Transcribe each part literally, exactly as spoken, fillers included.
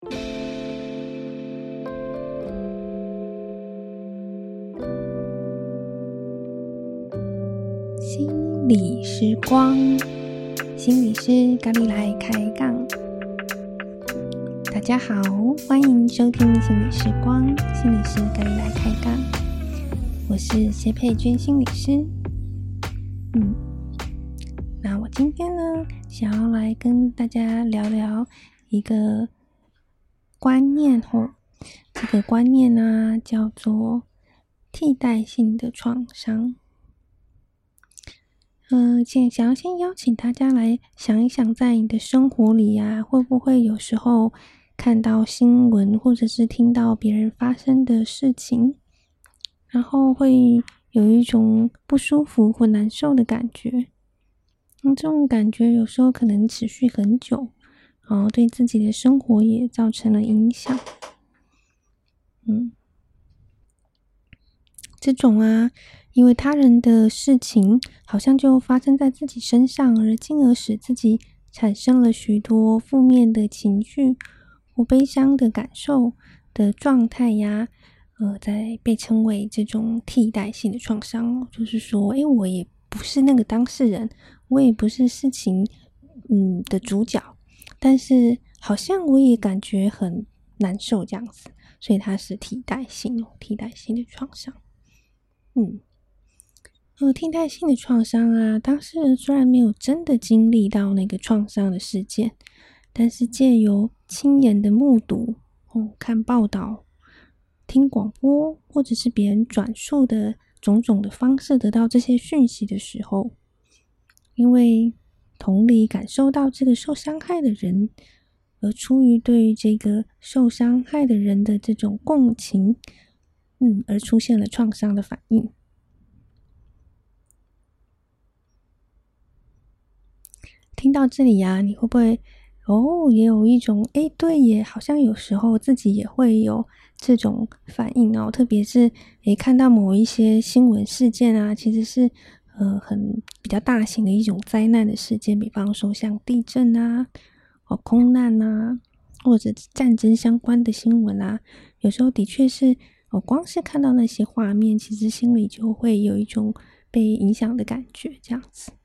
心理时光，心理师咖喱来开杠。大家好，欢迎收听心理时光，心理师咖喱来开杠。我是谢佩娟心理师。嗯，那我今天呢，想要来跟大家聊聊一个观念吼，这个观念呢、啊、叫做替代性的创伤。呃，先想要先邀请大家来想一想，在你的生活里啊，会不会有时候看到新闻，或者是听到别人发生的事情，然后会有一种不舒服或难受的感觉。嗯，这种感觉有时候可能持续很久，然后对自己的生活也造成了影响。嗯，这种啊，因为他人的事情好像就发生在自己身上，而进而使自己产生了许多负面的情绪或悲伤的感受的状态呀，呃，在被称为这种替代性的创伤。就是说，诶，我也不是那个当事人，我也不是事情嗯的主角，但是好像我也感觉很难受这样子，所以它是替代性替代性的创伤。嗯，呃，替代性的创伤啊，当事人虽然没有真的经历到那个创伤的事件，但是借由亲眼的目睹、哦、看报道、听广播，或者是别人转述的种种的方式得到这些讯息的时候，因为同理感受到这个受伤害的人，而出于对于这个受伤害的人的这种共情，嗯，而出现了创伤的反应。听到这里啊，你会不会哦，也有一种诶，对耶，好像有时候自己也会有这种反应哦，特别是诶看到某一些新闻事件啊，其实是呃很比较大型的一种灾难的事件，比方说像地震啊、哦空难啊，或者战争相关的新闻啊，有时候的确是哦，光是看到那些画面，其实心里就会有一种被影响的感觉，这样子。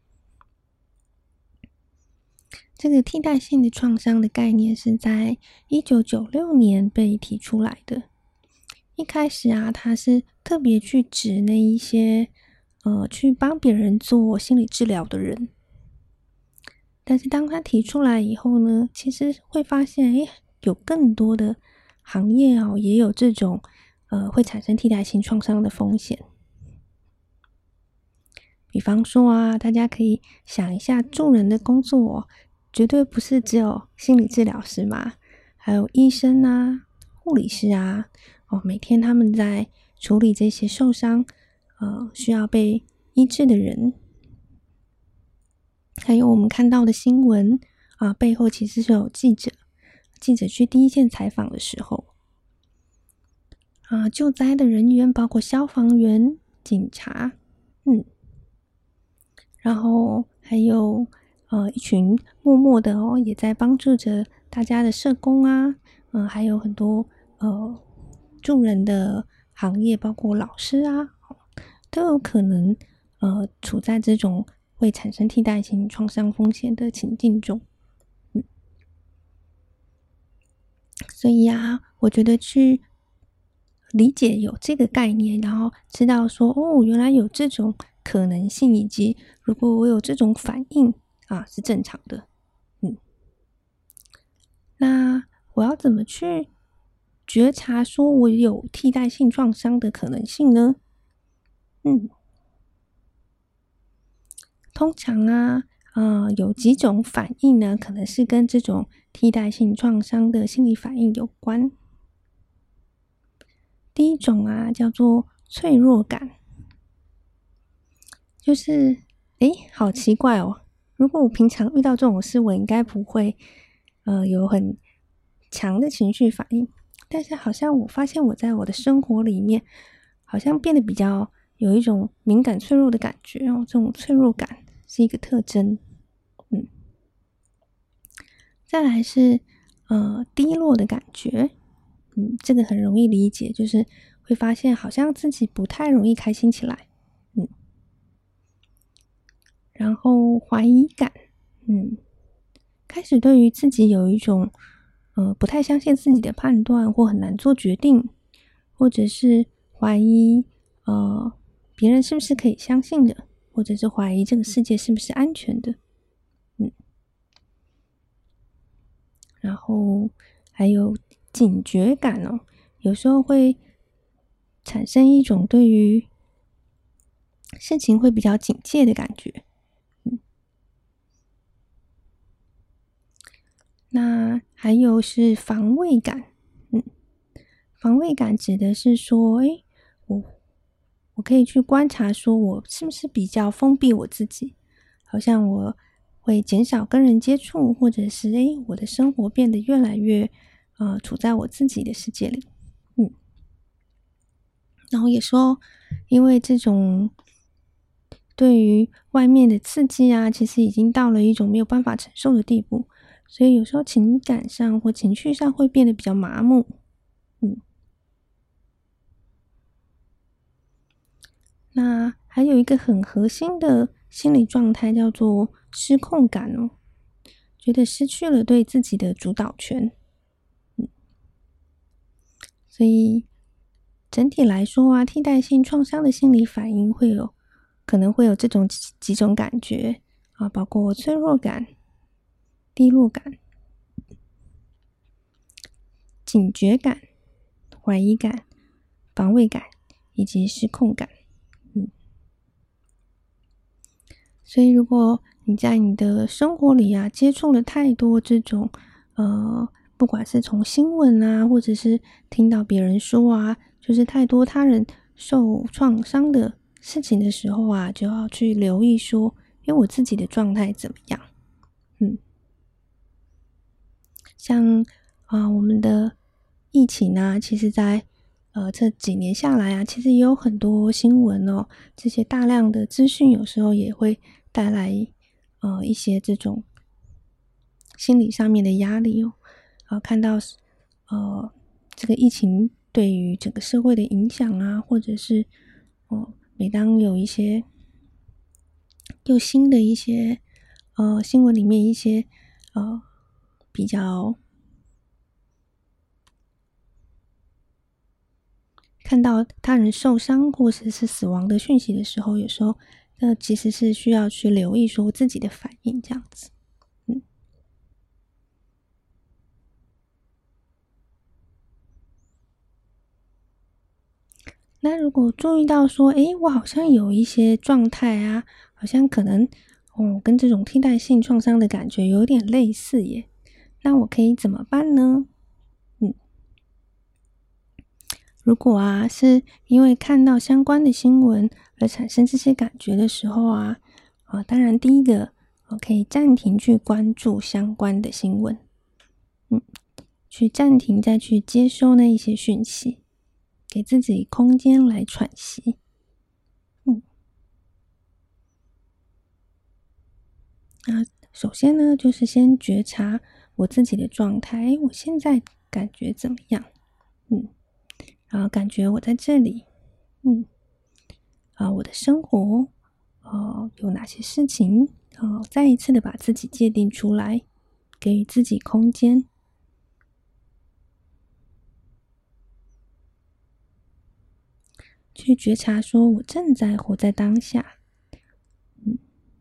这个替代性的创伤的概念是在一九九六年被提出来的。一开始啊，它是特别去指那一些呃去帮别人做心理治疗的人。但是当他提出来以后呢，其实会发现，诶，有更多的行业哦，也有这种呃会产生替代性创伤的风险。比方说啊，大家可以想一下助人的工作哦，绝对不是只有心理治疗师嘛，还有医生啊、护理师啊，哦，每天他们在处理这些受伤、呃需要被医治的人。还有我们看到的新闻啊，背后其实是有记者，记者去第一线采访的时候，啊，救灾的人员包括消防员、警察，嗯，然后还有呃一群默默的哦，也在帮助着大家的社工啊，嗯、呃，还有很多呃助人的行业，包括老师啊，都有可能呃处在这种会产生替代性创伤风险的情境中。嗯，所以啊，我觉得去理解有这个概念，然后知道说哦，原来有这种可能性，以及如果我有这种反应啊，是正常的。嗯，那我要怎么去觉察说我有替代性创伤的可能性呢？嗯，通常啊，呃，有几种反应呢，可能是跟这种替代性创伤的心理反应有关。第一种啊，叫做脆弱感，就是诶，好奇怪哦，如果我平常遇到这种事，我应该不会呃有很强的情绪反应，但是好像我发现我在我的生活里面，好像变得比较有一种敏感脆弱的感觉哦，这种脆弱感是一个特征。嗯，再来是呃低落的感觉。嗯，这个很容易理解，就是会发现好像自己不太容易开心起来。嗯，然后怀疑感，嗯，开始对于自己有一种呃不太相信自己的判断，或很难做决定，或者是怀疑呃别人是不是可以相信的，或者是怀疑这个世界是不是安全的。嗯，然后还有警觉感哦，有时候会产生一种对于事情会比较警戒的感觉。嗯，那还有是防卫感。嗯，防卫感指的是说，诶，我我可以去观察说我是不是比较封闭我自己，好像我会减少跟人接触，或者是诶，我的生活变得越来越呃处在我自己的世界里。嗯，然后也说，因为这种对于外面的刺激啊，其实已经到了一种没有办法承受的地步，所以有时候情感上或情绪上会变得比较麻木。嗯，那还有一个很核心的心理状态叫做失控感哦，觉得失去了对自己的主导权。嗯，所以整体来说啊，替代性创伤的心理反应会有可能会有这种几几种感觉啊，包括脆弱感、低落感、警觉感、怀疑感、防卫感以及失控感。嗯，所以如果你在你的生活里啊，接触了太多这种呃，不管是从新闻啊，或者是听到别人说啊，就是太多他人受创伤的事情的时候啊，就要去留意说，诶，我自己的状态怎么样？嗯，像啊、我们的疫情啊，其实在呃这几年下来啊，其实也有很多新闻哦，这些大量的资讯有时候也会带来呃一些这种心理上面的压力哦。啊、看到呃这个疫情对于整个社会的影响啊，或者是哦、每当有一些又新的一些呃新闻里面一些呃比较看到他人受伤或者是死亡的讯息的时候，有时候呃其实是需要去留意说自己的反应这样子。嗯，那如果注意到说，诶，我好像有一些状态啊，好像可能哦跟这种替代性创伤的感觉有点类似耶，那我可以怎么办呢？嗯，如果啊是因为看到相关的新闻而产生这些感觉的时候啊，啊，当然第一个我可以暂停去关注相关的新闻。嗯，去暂停再去接收那一些讯息，给自己空间来喘息。嗯，那首先呢，就是先觉察我自己的状态，诶，我现在感觉怎么样？嗯，然后感觉我在这里，嗯，啊，我的生活，呃，有哪些事情？呃，再一次的把自己界定出来，给予自己空间，去觉察说我正在活在当下。嗯，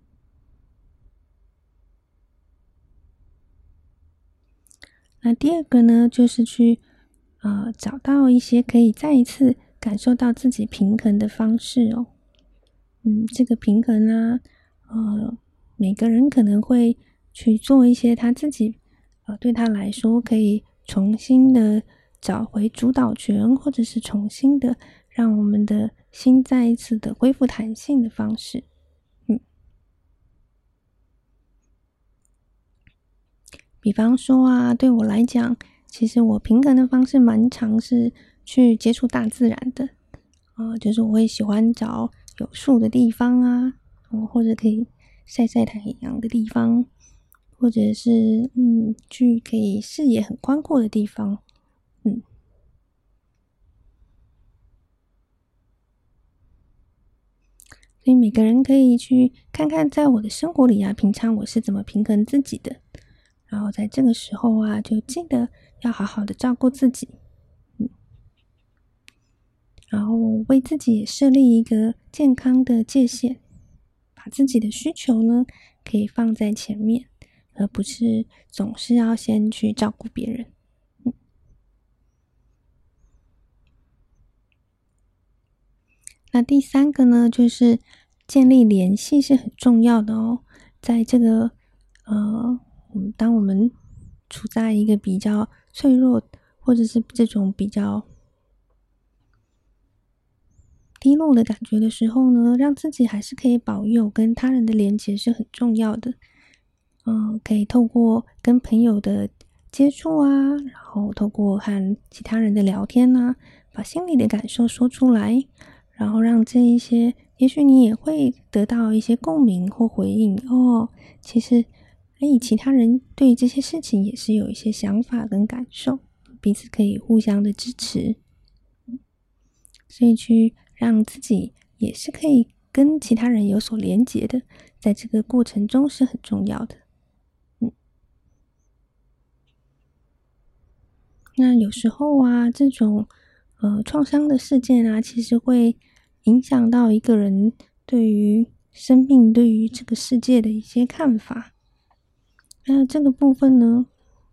那第二个呢，就是去呃找到一些可以再一次感受到自己平衡的方式哦。嗯，这个平衡呢，呃，每个人可能会去做一些他自己呃对他来说可以重新的找回主导权，或者是重新的让我们的心再一次的恢复弹性的方式。嗯。比方说啊，对我来讲，其实我平衡的方式蛮常是去接触大自然的。啊，就是我会喜欢找有树的地方啊，嗯，或者可以晒晒太阳的地方， 或者是嗯去可以视野很宽阔的地方。嗯，所以每个人可以去看看，在我的生活里啊，平常我是怎么平衡自己的。然后在这个时候啊，就记得要好好的照顾自己。嗯，然后为自己也设立一个健康的界限，把自己的需求呢可以放在前面，而不是总是要先去照顾别人。嗯，那第三个呢，就是建立联系是很重要的哦。在这个呃，我们当我们处在一个比较脆弱，或者是这种比较低落的感觉的时候呢，让自己还是可以保有跟他人的连结是很重要的。嗯、呃，可以透过跟朋友的接触啊，然后透过和其他人的聊天啊，把心里的感受说出来，然后让这一些，也许你也会得到一些共鸣或回应哦。其实，哎，其他人对于这些事情也是有一些想法跟感受，彼此可以互相的支持。所以去让自己也是可以跟其他人有所连结的，在这个过程中是很重要的。嗯，那有时候啊，这种呃创伤的事件啊，其实会影响到一个人对于生命、对于这个世界的一些看法。那这个部分呢，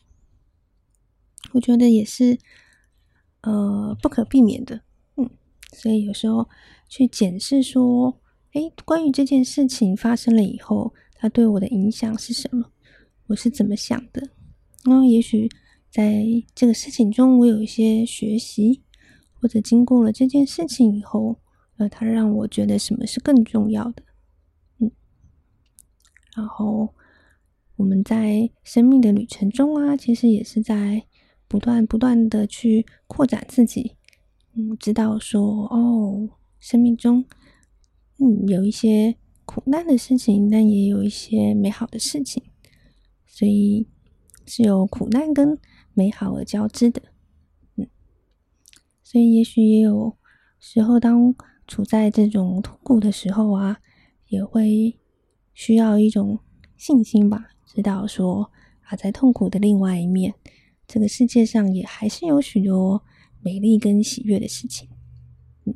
我觉得也是呃不可避免的。嗯，所以有时候去检视说，诶，关于这件事情发生了以后，它对我的影响是什么？我是怎么想的？然后也许在这个事情中，我有一些学习，或者经过了这件事情以后，呃，它让我觉得什么是更重要的。嗯，然后我们在生命的旅程中啊，其实也是在不断不断的去扩展自己。嗯，知道说哦，生命中嗯有一些苦难的事情，但也有一些美好的事情，所以是有苦难跟美好而交织的。嗯，所以也许也有时候，当处在这种痛苦的时候啊，也会需要一种信心吧，知道说啊，在痛苦的另外一面，这个世界上也还是有许多美丽跟喜悦的事情。嗯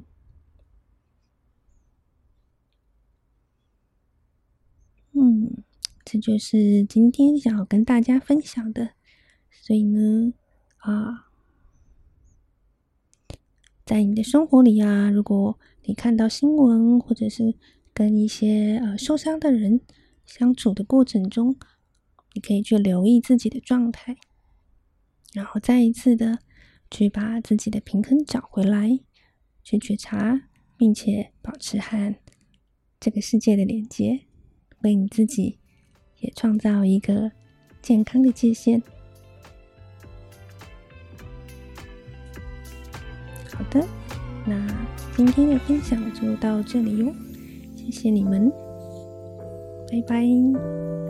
嗯，这就是今天想要跟大家分享的。所以呢，啊，在你的生活里啊，如果你看到新闻，或者是跟一些呃受伤的人相处的过程中，你可以去留意自己的状态，然后再一次的去把自己的平衡找回来，去觉察，并且保持和这个世界的连接，为你自己也创造一个健康的界限。好的，那今天的分享就到这里哟，谢谢你们，拜拜。